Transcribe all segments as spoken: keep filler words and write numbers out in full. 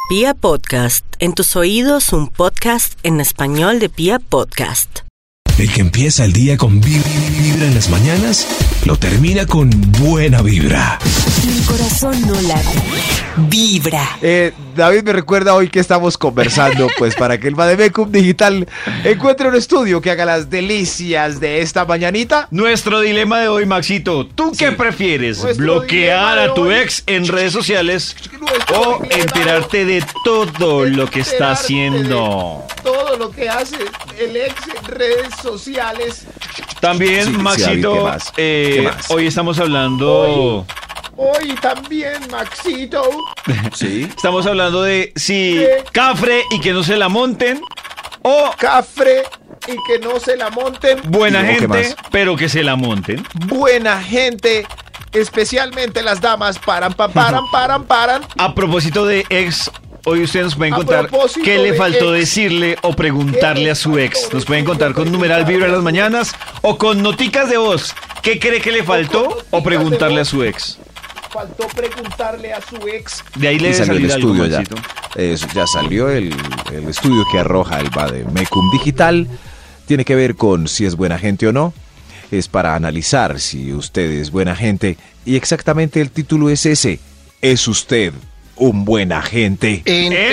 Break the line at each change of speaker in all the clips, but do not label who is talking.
Pia Podcast, en tus oídos un podcast en español de Pia Podcast.
El que empieza el día con vib- vibra en las mañanas, lo termina con buena vibra.
Mi corazón no late, vibra.
Eh, David me recuerda hoy que estamos conversando, pues para que el Bademecum Digital encuentre un estudio que haga las delicias de esta mañanita.
Nuestro dilema de hoy, Maxito. ¿Tú qué
Sí.
prefieres?
Nuestro
¿Bloquear
dilema de
a tu
hoy.
ex en redes sociales
Nuestro
o
dilema
enterarte de todo lo que está
Enterarte
haciendo?
de Todo lo que hace el ex en redes sociales.
También,
Sí, sí,
Maxito,
David, ¿qué más?
eh,
¿Qué más?
hoy estamos hablando...
Hoy también, Maxito. Sí.
Estamos hablando de si
Sí.
cafre y que no se la monten o
Cafre y que no se la monten.
buena
¿Y luego qué
gente,
más?
pero que se la monten.
Buena gente, especialmente las damas, paran, pa- paran, paran, paran.
A propósito de ex, hoy ustedes nos pueden
A
contar
propósito
qué le
de
faltó
ex.
decirle o
¿Qué
preguntarle
le
a su
faltó
ex. Nos
decirle
pueden contar
o
con numeral
preguntarle
vibra en
a
las
su
mañanas o con noticas de voz. ¿Qué cree que le faltó
noticas
o
de
preguntarle a
voz.
su ex?
Faltó preguntarle a su ex.
De ahí le
Y
debe
salió el
salir algo,
estudio ya.
Maxito.
Eso, ya salió el, el estudio que arroja el Bademecum Digital. Tiene que ver con si es buena gente o no. Es para analizar si usted es buena gente. Y exactamente el título es ese. ¿Es usted un buen agente?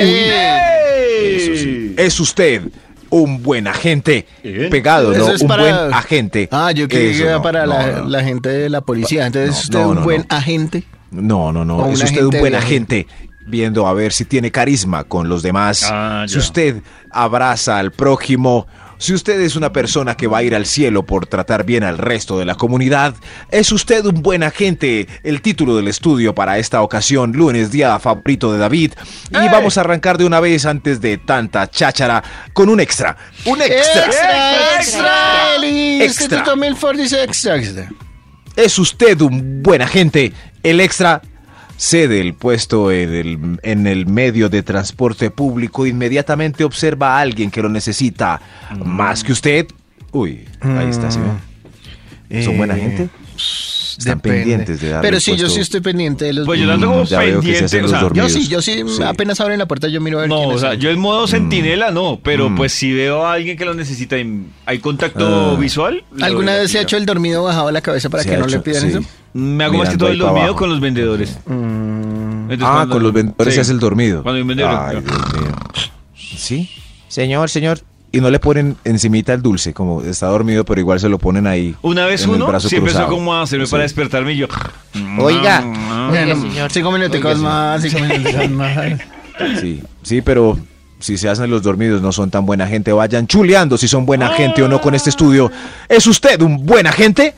Eso sí. ¿Es usted un buen agente?
Bien.
Pegado, ¿no?
Eso es
Un
para-
buen agente.
Ah, yo creí
Eso
que era
no,
para
no,
la,
no.
la gente de la policía. Entonces,
No,
¿es usted
no,
un
no,
buen
no.
agente?
No, no,
O
no.
un
Es usted un
agente
buen
de-
agente viendo a ver si tiene carisma con los demás.
Ah,
si
ya.
usted abraza al prójimo. Si usted es una persona que va a ir al cielo por tratar bien al resto de la comunidad, es usted un buen agente. El título del estudio para esta ocasión, lunes, día favorito de David. Y
¡Ey!
vamos a arrancar de una vez antes de tanta cháchara con un extra. Un extra.
¡Extra! ¡Extra! El
Extra.
Instituto Milford dice extra, extra.
¿Es usted un buen agente? El extra cede el puesto en el, en el medio de transporte público. Inmediatamente observa a alguien que lo necesita más que usted. Uy, ahí está, ¿sí ve? ¿Son buena
Eh,
gente? Están
Depende.
pendientes de darle
Pero
el
sí, yo
puesto.
sí estoy pendiente de los...
Pues yo ando
Mm,
como
ya veo que se
pendiente.
hacen
O
los
sea,
dormidos.
Yo sí, yo sí,
Sí.
apenas abren la puerta yo miro a ver
no,
quién
o
es.
sea, yo en modo sentinela no, pero
Mm.
pues si veo a alguien que lo necesita y hay contacto
Ah.
visual. lo
¿Alguna
veo
vez se ha
aquí.
hecho el dormido bajado la cabeza para
Se
que
ha
no le
hecho,
pidan
sí.
eso?
Me hago más que
Mirando
todo
ahí
el
para
dormido
abajo.
con los vendedores.
Mm,
Entonces,
Ah,
cuando-
con los vendedores
sí.
se hace el dormido.
Cuando hay un vendedor.
Ay, Dios mío. ¿Sí? Señor, señor. Y no le ponen encimita el dulce, como está dormido, pero igual se lo ponen ahí.
Una vez
en el
uno
brazo
sí empezó
cruzado.
como a hacerme
Sí.
para despertarme y yo.
Oiga.
Bueno,
señor.
cinco minutos
Oiga,
más, cinco minutos más.
Sí, sí, pero si se hacen los dormidos no son tan buena gente. Vayan chuleando si son buena gente o no con este estudio. ¿Es usted un buen agente?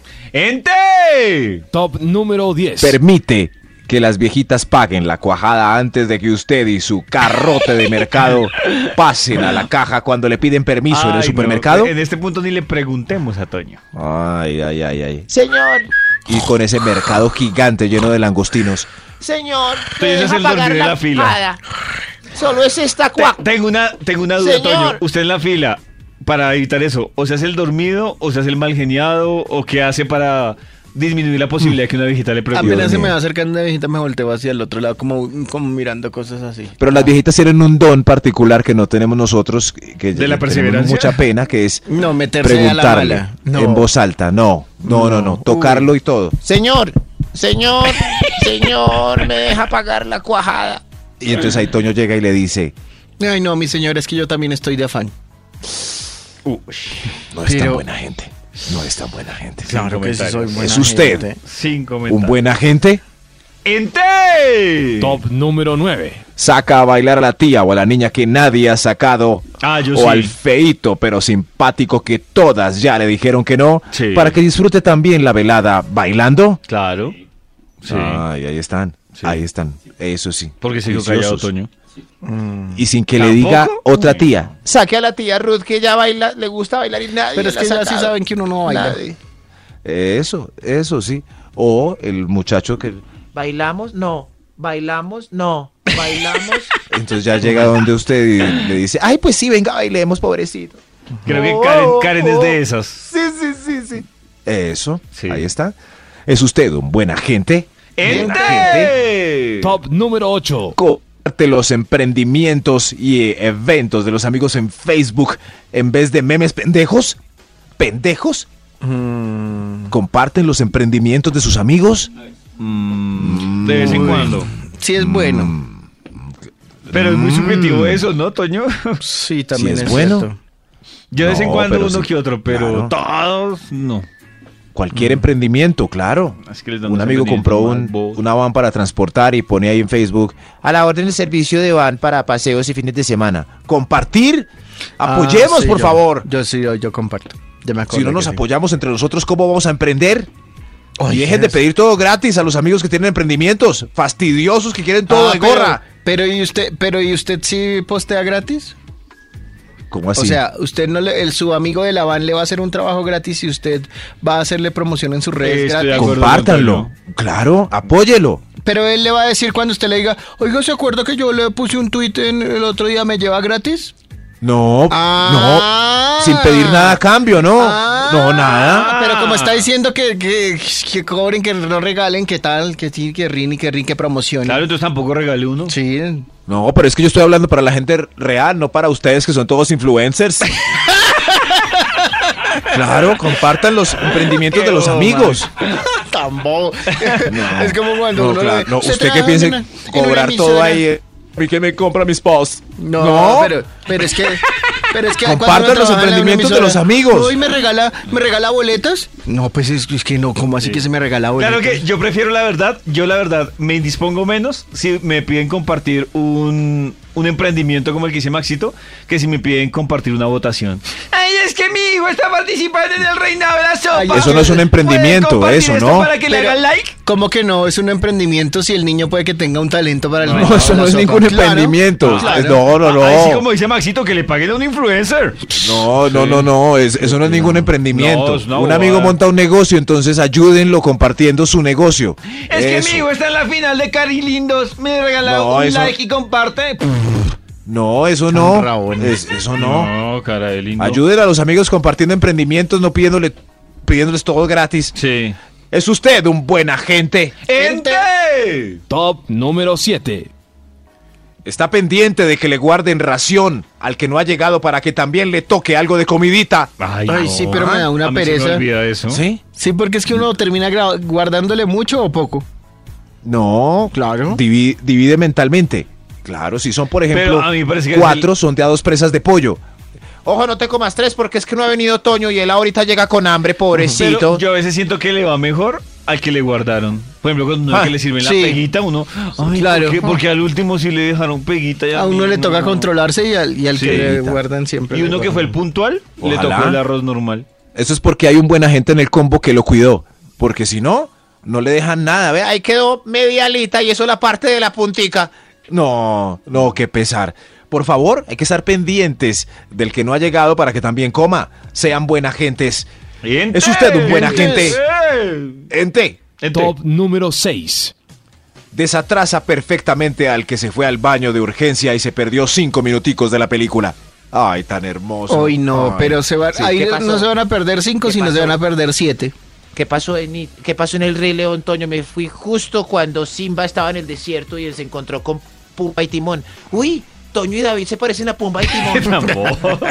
¡Ente!
Top número diez.
Permite que las viejitas paguen la cuajada antes de que usted y su carrote de mercado pasen a la caja cuando le piden permiso en el
Ay,
supermercado.
no, en este punto ni le preguntemos a Toño.
Ay, ay, ay, ay.
Señor,
Y con ese mercado gigante lleno de langostinos.
señor,
Toño se hace el dormido en la fila.
cuajada. Solo es esta
Te-
cuac.
tengo una, tengo una duda,
Señor.
Toño. Usted en la fila, para evitar eso, o se hace el dormido, o se hace el mal geniado, o qué hace para disminuir la posibilidad de que una viejita le preocupe.
Apenas se
mío.
me va acercando una viejita, me volteo hacia el otro lado, como, como mirando cosas así.
Pero las viejitas tienen un don particular que no tenemos nosotros, que
¿De la
tenemos
perseverancia?
mucha pena, que es
No, meterse a la
preguntarle
mala. No.
en voz alta. No, no, no, no,
No.
tocarlo y todo.
Señor, señor, señor, me deja pagar la cuajada.
Y entonces ahí Toño llega y le dice,
Ay, no, mi señor, es que yo también estoy de afán.
Uy,
no es tan
Pero-
buena gente, no es tan buena gente.
Claro que sí soy buena
¿Es usted
gente.
sin comentarios.
un buen agente?
¡Ente!
Top número nueve.
Saca a bailar a la tía o a la niña que nadie ha sacado.
Ah, yo
o
sí.
al feíto pero simpático que todas ya le dijeron que no.
Sí.
Para que disfrute también la velada bailando.
Claro. Sí.
Ay, ahí están,
Sí.
ahí están. Eso sí.
Porque sigo callado,
Juiciosos.
Toño.
Y sin que le
¿Tampoco?
diga otra tía.
Saque a la tía Ruth que ella baila, le gusta bailar y nadie
Pero es
la
que
ha
ya sí
sacado.
saben que uno no baila.
Nadie.
Eso, eso sí. O el muchacho que...
¿Bailamos? No. ¿Bailamos? No. ¿Bailamos?
Entonces ya llega donde usted y le dice, ay, pues sí, venga, bailemos, pobrecito.
Creo que
Oh,
Karen, Karen es
oh.
de esas.
Sí, sí, sí, sí.
Eso,
Sí.
ahí está. ¿Es usted un buen agente? Buen agente.
¡Ente!
Top número ocho.
Co- comparte los emprendimientos y eh, eventos de los amigos en Facebook en vez de memes pendejos? ¿Pendejos?
Mm,
¿Comparten los emprendimientos de sus amigos?
Mm, de vez en cuando.
sí es bueno.
Pero es muy subjetivo eso, ¿no, Toño?
Sí, también
es
es,
bueno.
cierto.
Yo de vez en
No,
cuando
pero
uno
sí,
que otro, pero
claro.
todos no.
Cualquier emprendimiento, claro.
Es que les dan
Un
unos
amigo compró un,
emprendimientos más bobos.
una van para transportar y pone ahí en Facebook
A la orden del servicio de van para paseos y fines de semana.
compartir.
Ah,
Apoyemos,
sí,
por
yo-
favor.
Yo sí, yo, yo comparto. Ya me
Si
acordé
no nos
que sí.
apoyamos entre nosotros, ¿cómo vamos a emprender?
Oye,
y dejen de
es-
pedir todo gratis a los amigos que tienen emprendimientos. Fastidiosos que quieren todo
Ah,
de
pero-
gorra.
Pero, ¿y usted, pero ¿y usted sí postea gratis?
¿Cómo así?
O sea, usted no le, el, su amigo de la van le va a hacer un trabajo gratis y usted va a hacerle promoción en sus redes
Estoy de
gratis.
acuerdo.
compártanlo. Claro, apóyelo.
Pero él le va a decir cuando usted le diga, oiga, ¿se acuerda que yo le puse un tuit en el otro día, me lleva gratis?
No,
Ah.
no. Sin pedir nada a cambio, ¿no.
Ah.
No, nada.
Pero como está diciendo que, que, que cobren, que no regalen, que tal, que sí, que rin y que rin, que promocionen.
Claro, entonces tampoco regalé uno.
Sí.
No, pero es que yo estoy hablando para la gente real, no para ustedes que son todos influencers. Claro, compartan los emprendimientos de los
Qué
amigos.
Tan bobo. Es como cuando
No,
uno
claro,
le-
no,
se
usted que
trabaja
piense
en una- en
cobrar
una
todo
emisora.
ahí. eh, ¿Y qué me compra mis posts?
No, pero, pero es que, pero es que cuando
Compartan
uno
los
trabaja en la
emprendimientos de
emisora,
los amigos.
"Uy, me regala, me regala boletas. No, pues es, es que no, ¿cómo así que se me regala boletas?
Claro que yo prefiero la verdad, yo la verdad me indispongo menos si me piden compartir un, un emprendimiento como el que hice Maxito, que si me piden compartir una votación. Ay, es que mi hijo está participando en el reinado de la sopa.
Ay,
Eso no es un emprendimiento,
¿Puede compartir
eso,
esto
¿no?
para que le
Pero-
hagan like?
¿Cómo que no? Es un emprendimiento si el niño puede que tenga un talento para el
No,
reinado
eso
de la
no es
sopa.
ningún
Claro,
emprendimiento.
claro.
No, no, no.
Así como dice Maxito, que le paguen a un influencer.
No, no, no, no, es- eso no es ningún emprendimiento.
No, es una
Un amigo
bobada.
monta un negocio, entonces ayúdenlo compartiendo su negocio.
Es que
Eso.
mi hijo está en la final de Cari Lindos, me regala
No,
un
eso-
like y comparte.
No, eso no.
rabones.
Es- eso no.
No, cara de lindo.
Ayuden a los amigos compartiendo emprendimientos, no pidiéndole, pidiéndoles todo gratis.
Sí.
¿Es usted un buen agente?
¡Ente!
Top número siete.
Está pendiente de que le guarden ración al que no ha llegado para que también le toque algo de comidita.
Ay,
Ay,
no.
sí, pero me da una
A mí se me
pereza.
olvida eso.
¿Sí?
Sí, porque es que uno termina gra- guardándole mucho o poco.
No.
Claro.
Divi- divide mentalmente. Claro, si son, por ejemplo,
Pero a mí me parece que es
cuatro, son de a dos presas de pollo.
Ojo, no te comas tres porque es que no ha venido Toño y él ahorita llega con hambre,
Pero
pobrecito.
yo a veces siento que le va mejor al que le guardaron. Por ejemplo, cuando uno
Ah,
que le sirven
sí.
la peguita, uno. Ay,
Claro.
¿por qué? Porque al último sí le dejaron peguita. y
A uno
mí
le
no.
toca controlarse y al, y al
Sí.
que le guardan siempre.
Y
le
uno que
guardan.
fue el puntual, le
Ojalá.
tocó el arroz normal.
Eso es porque hay un buen agente en el combo que lo cuidó. Porque si no, no le dejan nada. Vea,
Ahí quedó media alita y eso la parte de la puntica.
no, no, qué pesar. Por favor, hay que estar pendientes del que no ha llegado para que también coma. Sean buenas gentes.
¡Ente!
¿Es usted un buen
¡Ente!
agente? Ente,
¡Ente!
Top número seis.
desatrasa perfectamente al que se fue al baño de urgencia y se perdió cinco minuticos de la película. Ay, tan hermoso.
Hoy no,
Ay.
pero se va,
Sí,
ahí
¿qué pasó?
no se van a perder cinco,
¿Qué
sino se
pasó?
van a perder siete.
¿Qué pasó, en, ¿Qué pasó en el Rey León, Toño? Me fui justo cuando Simba estaba en el desierto y él se encontró con Pumba y Timón. Uy, Toño y David se parecen a Pumba y Timón.
Tampoco.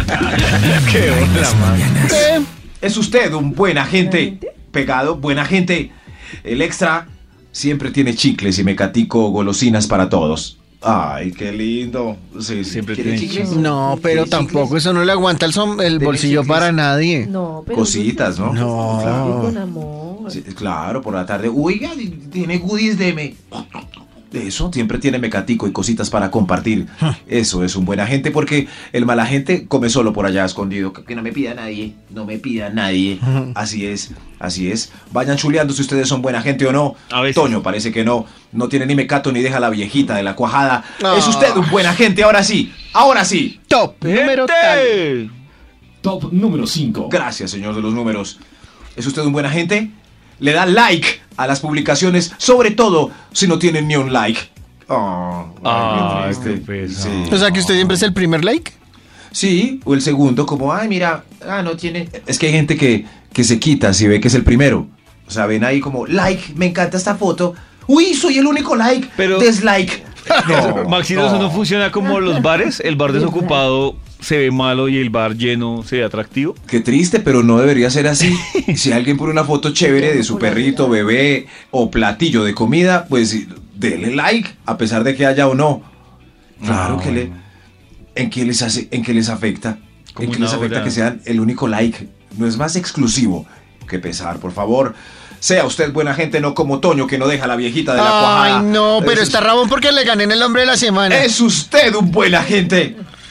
¡Qué onda, man!
¿Es usted un buen agente? Pegado, buen agente. El extra siempre tiene chicles y mecatico golosinas para todos. Ay, qué lindo. Sí,
Siempre
¿quiere
tiene
chicles?
No, pero
¿Quiere
tampoco,
chicles?
eso no le aguanta el, som- el
Dele
bolsillo
chicles.
para nadie.
No, pero
Cositas, ¿no?
No.
Claro. Con amor.
Sí, claro, por la tarde. Oiga, tiene goodies de me. Eso, siempre tiene mecatico y cositas para compartir. Eso es un buen agente porque el mal agente come solo por allá escondido.
Que no me pida nadie, no me pida nadie.
Así es, así es. Vayan chuleando si ustedes son buena gente o no.
A veces.
Toño parece que no. No tiene ni mecato ni deja la viejita de la cuajada.
No.
Es usted un buen agente, ahora sí. Ahora sí.
Top número tal.
¡Ente!
Top número cinco.
Gracias, señor de los números. ¿Es usted un buen agente? Le da like a las publicaciones, sobre todo si no tienen ni un like. Oh,
Ay,
qué triste.
qué pesado.
Sí.
O sea que usted siempre es el primer like.
Sí, o el segundo, como, ay, mira, ah, no tiene. Es que hay gente que, que se quita si ve que es el primero. O sea, ven ahí como, like, me encanta esta foto. Uy, soy el único like.
Pero-
Dislike. No,
Maxito,
no.
eso no funciona como los bares. El bar desocupado se ve malo y el bar lleno se ve atractivo.
Qué triste, pero no debería ser así. Si alguien pone una foto chévere de su perrito, bebé o platillo de comida, pues dele like, a pesar de que haya o no. Claro
No,
que le...
bueno.
¿En qué les hace, en qué les afecta?
Como
¿En qué
una
les afecta
hora.
que sean el único like? No es más exclusivo. Qué pesar, por favor. Sea usted buena gente, no como Toño, que no deja a la viejita de la cuajada.
Ay, no, pero
es,
está Ramón porque le gané en el hombre de la semana.
Es usted un buena gente.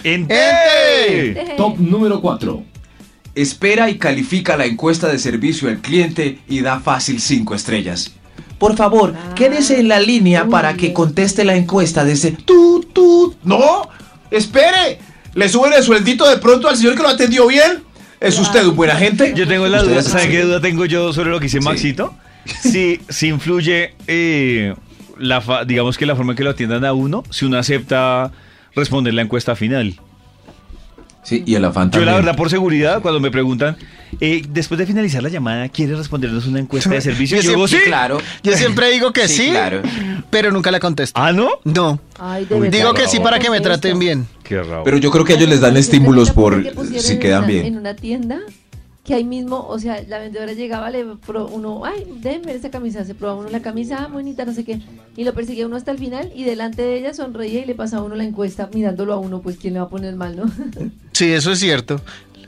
¡Ente!
Top número cuatro.
Espera y califica la encuesta de servicio al cliente y da fácil cinco estrellas. Por favor, quédese en la línea para que conteste la encuesta de ese tut, tut. ¡No! ¡Espere! ¿Le suben el sueldito de pronto al señor que lo atendió bien? ¿Es usted un buen agente?
Yo tengo la
Usted
duda,
es-
¿saben qué duda tengo yo sobre lo que dice
Sí.
Maxito? Si, si influye, eh, la fa- digamos que la forma en que lo atiendan a uno, si uno acepta responder la encuesta final.
Sí, y el afán
Yo la
también.
verdad, por seguridad, cuando me preguntan, eh, después de finalizar la llamada, ¿quieres respondernos una encuesta de servicio?
Yo
Yo digo, sí.
siempre-
Claro.
Yo siempre digo que
Sí,
sí,
claro.
pero nunca la contesto.
¿Ah, no?
No.
Ay, de
Uy,
verdad,
Digo que
no
sí para que me
contesto.
traten bien.
Qué raro.
Pero yo creo que a ellos les dan
Yo
estímulos
tengo una
por
que pusieron
si
en
quedan
una- En
bien.
una tienda que ahí mismo, o sea, la vendedora llegaba, le pro, uno, ay, déjenme ver esa camisa, se probaba uno la camisa, ah, bonita, no sé qué, y lo perseguía uno hasta el final y delante de ella sonreía y le pasaba a uno la encuesta mirándolo a uno, pues quién le va a poner mal, ¿no?
Sí, eso es cierto.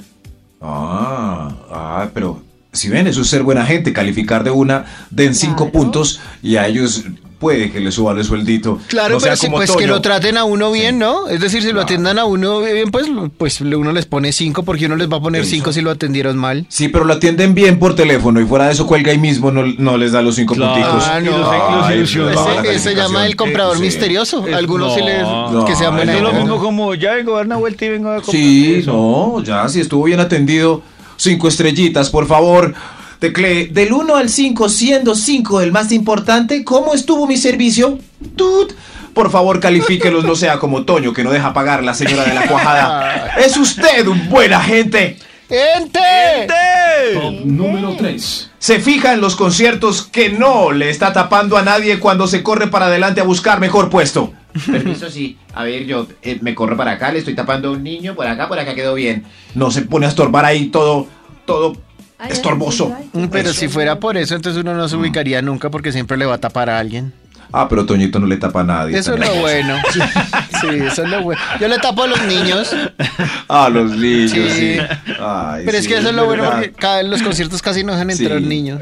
Ah, ah, pero si ven, eso es ser buena gente, calificar de una, den cinco
Claro.
puntos y a ellos puede que les suban el sueldito.
Claro,
No sea
pero sí,
como
pues que
Toño.
lo traten a uno bien,
Sí.
¿no? Es decir, si lo
Claro.
atiendan a uno bien, pues, pues uno les pone cinco, porque uno les va a poner
Eso.
cinco si lo atendieron mal.
Sí, pero lo atienden bien por teléfono y fuera de eso cuelga ahí mismo, no, no les da los cinco
Claro.
punticos.
Ah,
Y
no.
los- los
Ay,
ilusiona.
les baja la
Ese, ese se llama
calificación.
el comprador
Sí.
misterioso.
Es-
Algunos sí les
no,
que sean
no,
buena
Eso es lo
gente.
mismo como, ya vengo a dar una vuelta y vengo a comprar
Sí,
eso.
no, ya, si estuvo bien atendido, cinco estrellitas, por favor. Teclee del uno al cinco, siendo cinco el más importante. ¿Cómo estuvo mi servicio? Tut. Por favor, califíquelos, no sea como Toño, que no deja pagar la señora de la cuajada. Es usted un buen agente.
¡Ente!
Top número tres.
Se fija en los conciertos que no le está tapando a nadie cuando se corre para adelante a buscar mejor puesto.
Permiso, sí. A ver, yo eh, me corro para acá, le estoy tapando a un niño, por acá, por acá quedó bien.
No se pone a estorbar ahí todo, todo
Ay,
estorboso.
ay, ay,
Pero
eso.
si fuera por eso, entonces uno no se ubicaría nunca porque siempre le va a tapar a alguien.
Ah, pero Toñito no le tapa a nadie.
Eso es lo bueno. Sí, eso es lo bueno. Yo le tapo a los niños,
A los niños, sí.
Sí.
Ay,
pero es
sí,
que eso es lo bueno
verdad.
porque cada en los conciertos casi no dejan entrar
Sí.
niños.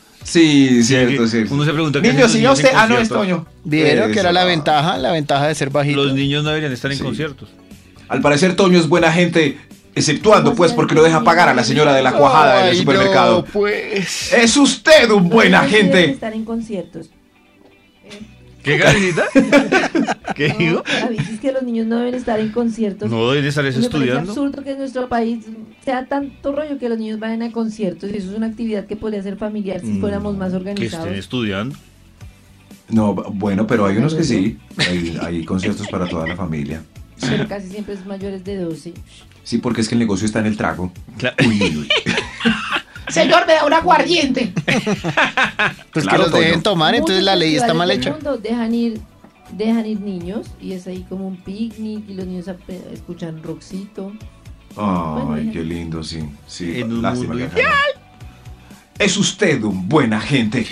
Sí, cierto,
que
cierto.
uno se pregunta, ¿qué
Niño,
hacen
si
los
ya
niños
usted...
en
Ah, no, es
conciertos?
Toño.
Vieron que era la
Eso.
ventaja, la ventaja de ser bajito.
Los niños no deberían estar en
Sí.
conciertos.
Al parecer Toño es buena gente, exceptuando pues porque no deja pagar a la señora de la cuajada del
Ay,
supermercado.
no, pues.
Es usted un buen
Los niños deben
agente.
estar en conciertos.
¿Qué, Karencita? ¿Qué
No,
digo?
David, es que los niños no deben estar en conciertos.
No deben estar eso
Me parece
estudiando.
absurdo que en nuestro país sea tanto rollo que los niños vayan a conciertos y eso es una actividad que podría ser familiar si fuéramos más
Que
organizados.
estén estudiando.
No, bueno, pero hay unos que sí. Hay, hay conciertos para toda la familia.
Pero casi siempre es mayores de doce.
Sí, porque es que el negocio está en el trago.
Claro.
Uy, uy, uy.
Señor, me da un aguardiente.
Pues
Claro,
que los
Toño.
dejen tomar, entonces
Muchos
la ley está
festivales
mal
del
hecha.
mundo dejan ir, dejan ir niños y es ahí como un picnic y los niños ap- escuchan rockcito.
Ay, qué lindo, sí. Sí,
En un
lástima
mundo
que acá no. Es usted un buen agente.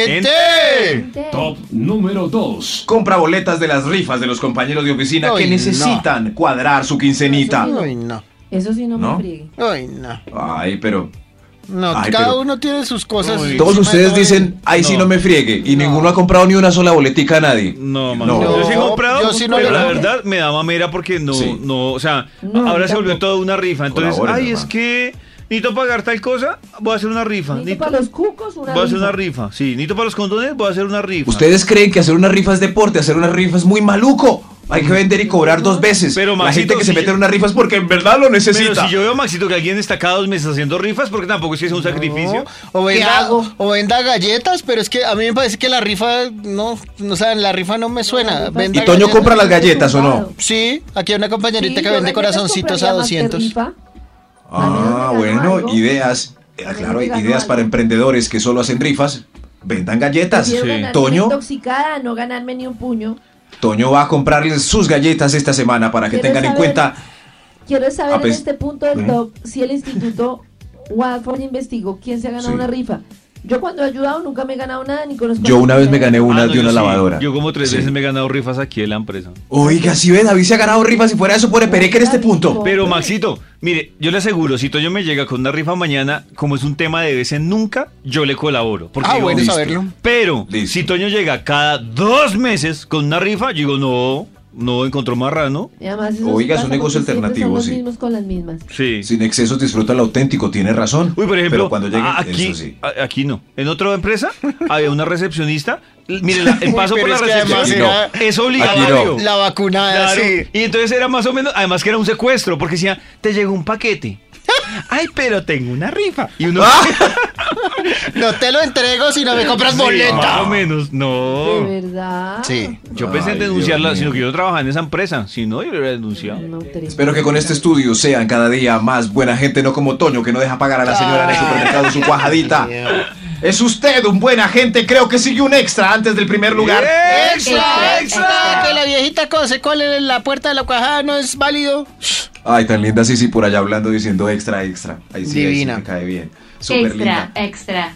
¡Ente!
Top número dos.
Compra boletas de las rifas de los compañeros de oficina
Ay,
que
no.
necesitan cuadrar su quincenita.
No,
Uy, no.
Eso sí no,
¿No?
me friegue.
Uy, no.
Ay, pero
No,
Ay,
cada
pero-
uno tiene sus cosas.
Uy.
todos
encima de
ustedes
todo.
dicen, ay, sí,
No.
no me friegue. Y
No.
ninguno ha comprado ni una sola boletica a nadie.
No, man.
No.
Yo sí he comprado,
Yo sí no
pero
le
la
compro.
verdad me da mamera porque no,
Sí.
no, o sea,
No,
ahora se
tampoco.
volvió toda una rifa. Entonces,
Colaboren,
ay, es
hermano.
que necesito pagar tal cosa, voy a hacer una rifa.
Necesito
Necesito-
para los cucos una
voy a hacer
rifa.
una rifa. Sí, necesito para los condones, voy a hacer una rifa.
Ustedes creen que hacer una rifa es deporte, hacer una rifa es muy maluco. Hay que vender y cobrar dos veces.
Pero,
la
Maxito,
gente que se
si
mete
yo-
en una rifa es porque en verdad lo
Pero
necesita.
si yo veo a Maxito que alguien está cada dos meses haciendo rifas, porque tampoco es que sea un sacrificio.
O
¿Qué
venda,
hago?
o venda galletas, pero es que a mí me parece que la rifa no, no saben, la rifa no me suena.
la rifa
Venda
¿Y Toño
galletas.
compra las galletas o no?
Sí, aquí hay una compañerita
Sí,
que
yo
vende
galletas
corazoncitos a
compraría más que
doscientos.
rifa. Al menos
Ah,
me gano
bueno,
algo.
ideas. Eh,
Al menos
Claro,
me gano
ideas
algo.
para emprendedores que solo hacen rifas. Vendan galletas.
Prefiero
Sí.
ganarme
Toño.
una intoxicada a no ganarme ni un puño.
Toño va a comprarles sus galletas esta semana para que
Quiero
tengan en
saber-
cuenta.
Quiero saber
A
en
pes-
este punto del
¿Eh?
top si el Instituto Watford investigó quién se ha ganado
Sí.
una rifa. Yo cuando he ayudado nunca me he ganado nada ni conozco.
Yo
a
una
nadie
vez me
que
gané
haya-
una
Ah, no,
de una
yo sí.
lavadora.
Yo como tres
Sí.
veces me he ganado rifas aquí en la empresa.
Oiga, si ve, David se ha ganado rifas y fuera de eso pone pereque en este punto.
Pero Maxito, mire, yo le aseguro, si Toño me llega con una rifa mañana, como es un tema de vez en nunca, yo le colaboro. Porque
Ah,
digo,
bueno
listo.
saberlo.
Pero
Listo.
si Toño llega cada dos meses con una rifa, yo digo, no, no encontró marrano.
Y además eso
Oiga,
sí
es un
pasa
negocio
porque siempre
alternativo,
son los
sí.
mismos con las mismas.
Sí.
Sin excesos disfruta lo auténtico, tiene razón.
Uy, por ejemplo,
Pero cuando llegue,
a- aquí,
eso sí.
a- aquí no. En otra empresa había una recepcionista. L- Mire, la- el paso
Uy,
por
pero
la
es que además
recepción
era-
es
Aquí
obligatorio.
no.
La vacunada,
Claro.
sí.
Y entonces era más o menos, además que era un secuestro, porque decía, te llegó un paquete. Ay, pero tengo una rifa. Y uno,
No te lo entrego si no me compras
Sí,
boleta.
más o menos, no.
¿De verdad?
Sí.
Yo pensé en
Ay,
denunciarla,
Dios mío.
sino que yo no trabajaba en esa empresa. Si no, yo lo hubiera denunciado.
No, tremendo.
Espero que con este estudio sean cada día más buena gente, no como Toño, que no deja pagar a la señora en el supermercado su cuajadita. ¿Es usted un buen agente? Creo que sigue un extra antes del primer lugar.
Extra, extra, que la viejita cose cuál es la puerta de la cuajada no es válido.
Ay, tan linda Sisi por allá hablando diciendo extra, extra. Ahí sí, ahí sí
Divina.
me cae bien. Súper
Extra,
linda.
extra.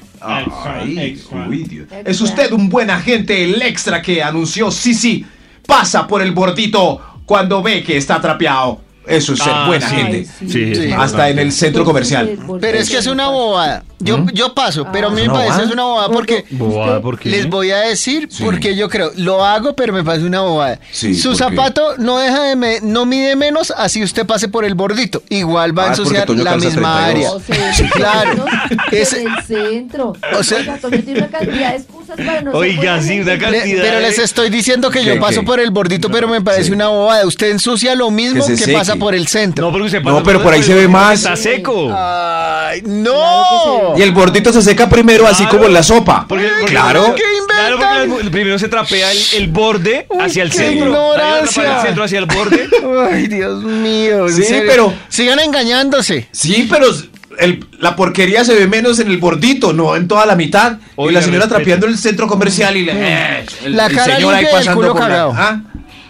Ay, uy, Dios.
Extra.
¿Es usted un buen agente, el extra que anunció Sisi? Pasa por el bordito cuando ve que está trapeado. Eso es ser
Ah,
buen
sí.
agente.
Ay, sí.
Sí,
Sí.
Hasta en el centro comercial.
Pero es que es una bobada. Yo,
¿Mm?
yo paso, pero a mí
¿Es
me
una
parece
bobada?
es una bobada porque
Bobada, ¿por qué?
les voy a decir
Sí.
porque yo creo, lo hago, pero me parece una bobada.
Sí,
Su
¿por qué?
zapato no deja de me- no mide menos así usted pase por el bordito. Igual va a
Ah, es porque
ensuciar
Toño
la
calza
misma
treinta y
área.
dos.
O sea,
Sí, claro.
Es
Ese-
en el centro.
O sea-
Oiga, Toño tiene una cantidad de excusas para no ser
Oiga,
buena
sí,
gente.
una
Le-
cantidad.
pero les estoy diciendo que
¿Qué,
yo paso
qué?
por el bordito, pero me parece
Sí.
una bobada. Usted ensucia lo mismo
Que
que,
se seque.
pasa por el centro.
No, porque usted
No,
pasa
pero por ahí se ve más.
Está seco.
Ay,
Claro
no.
que
Y el bordito se seca primero, así
Claro.
como en la sopa.
Porque, porque-
Claro.
¿Qué
Claro,
inventan?
porque primero se trapea el, el borde hacia el
qué
centro.
ignorancia.
Ahí va a trapar el centro hacia el borde.
Ay, Dios mío. en
Sí,
serio.
pero-
Sigan engañándose.
Sí, pero el- la porquería se ve menos en el bordito, no en toda la mitad. y
Oiga,
la señora
respete.
trapeando el centro comercial y le, eh, el,
La
el
cara
señor ahí
limpia y el
pasando
culo
por la-
cagado.
¿Ah?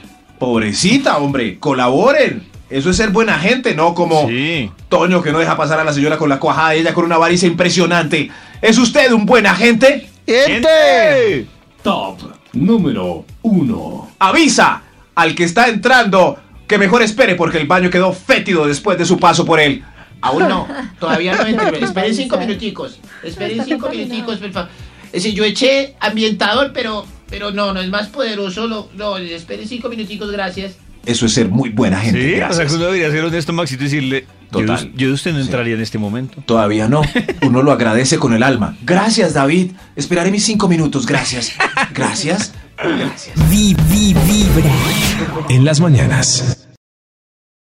Pobrecita, hombre, colaboren. Eso es ser buena gente, no como
Sí.
Toño que no deja pasar a la señora con la cuajada y ella con una varice impresionante. ¿Es usted un buen agente?
¡Gente!
Top número uno.
Avisa al que está entrando que mejor espere porque el baño quedó fétido después de su paso por él.
Aún no, todavía no entro. Esperen cinco
Avisar.
minuticos. Esperen
Está
cinco
contaminado.
minuticos, por favor. Es decir, yo eché ambientador, pero, pero no, no es más poderoso. Lo, no, esperen cinco minuticos, gracias.
Eso es ser muy buena gente.
Sí, o sea
Gracias.
que uno debería ser honesto, Maxito, y decirle, yo,
Total.
yo de usted no
Sí.
entraría en este momento.
Todavía no. Uno lo agradece con el alma. Gracias, David. Esperaré mis cinco minutos. Gracias. Gracias. Gracias.
Vi- vi- Vibra. En las mañanas.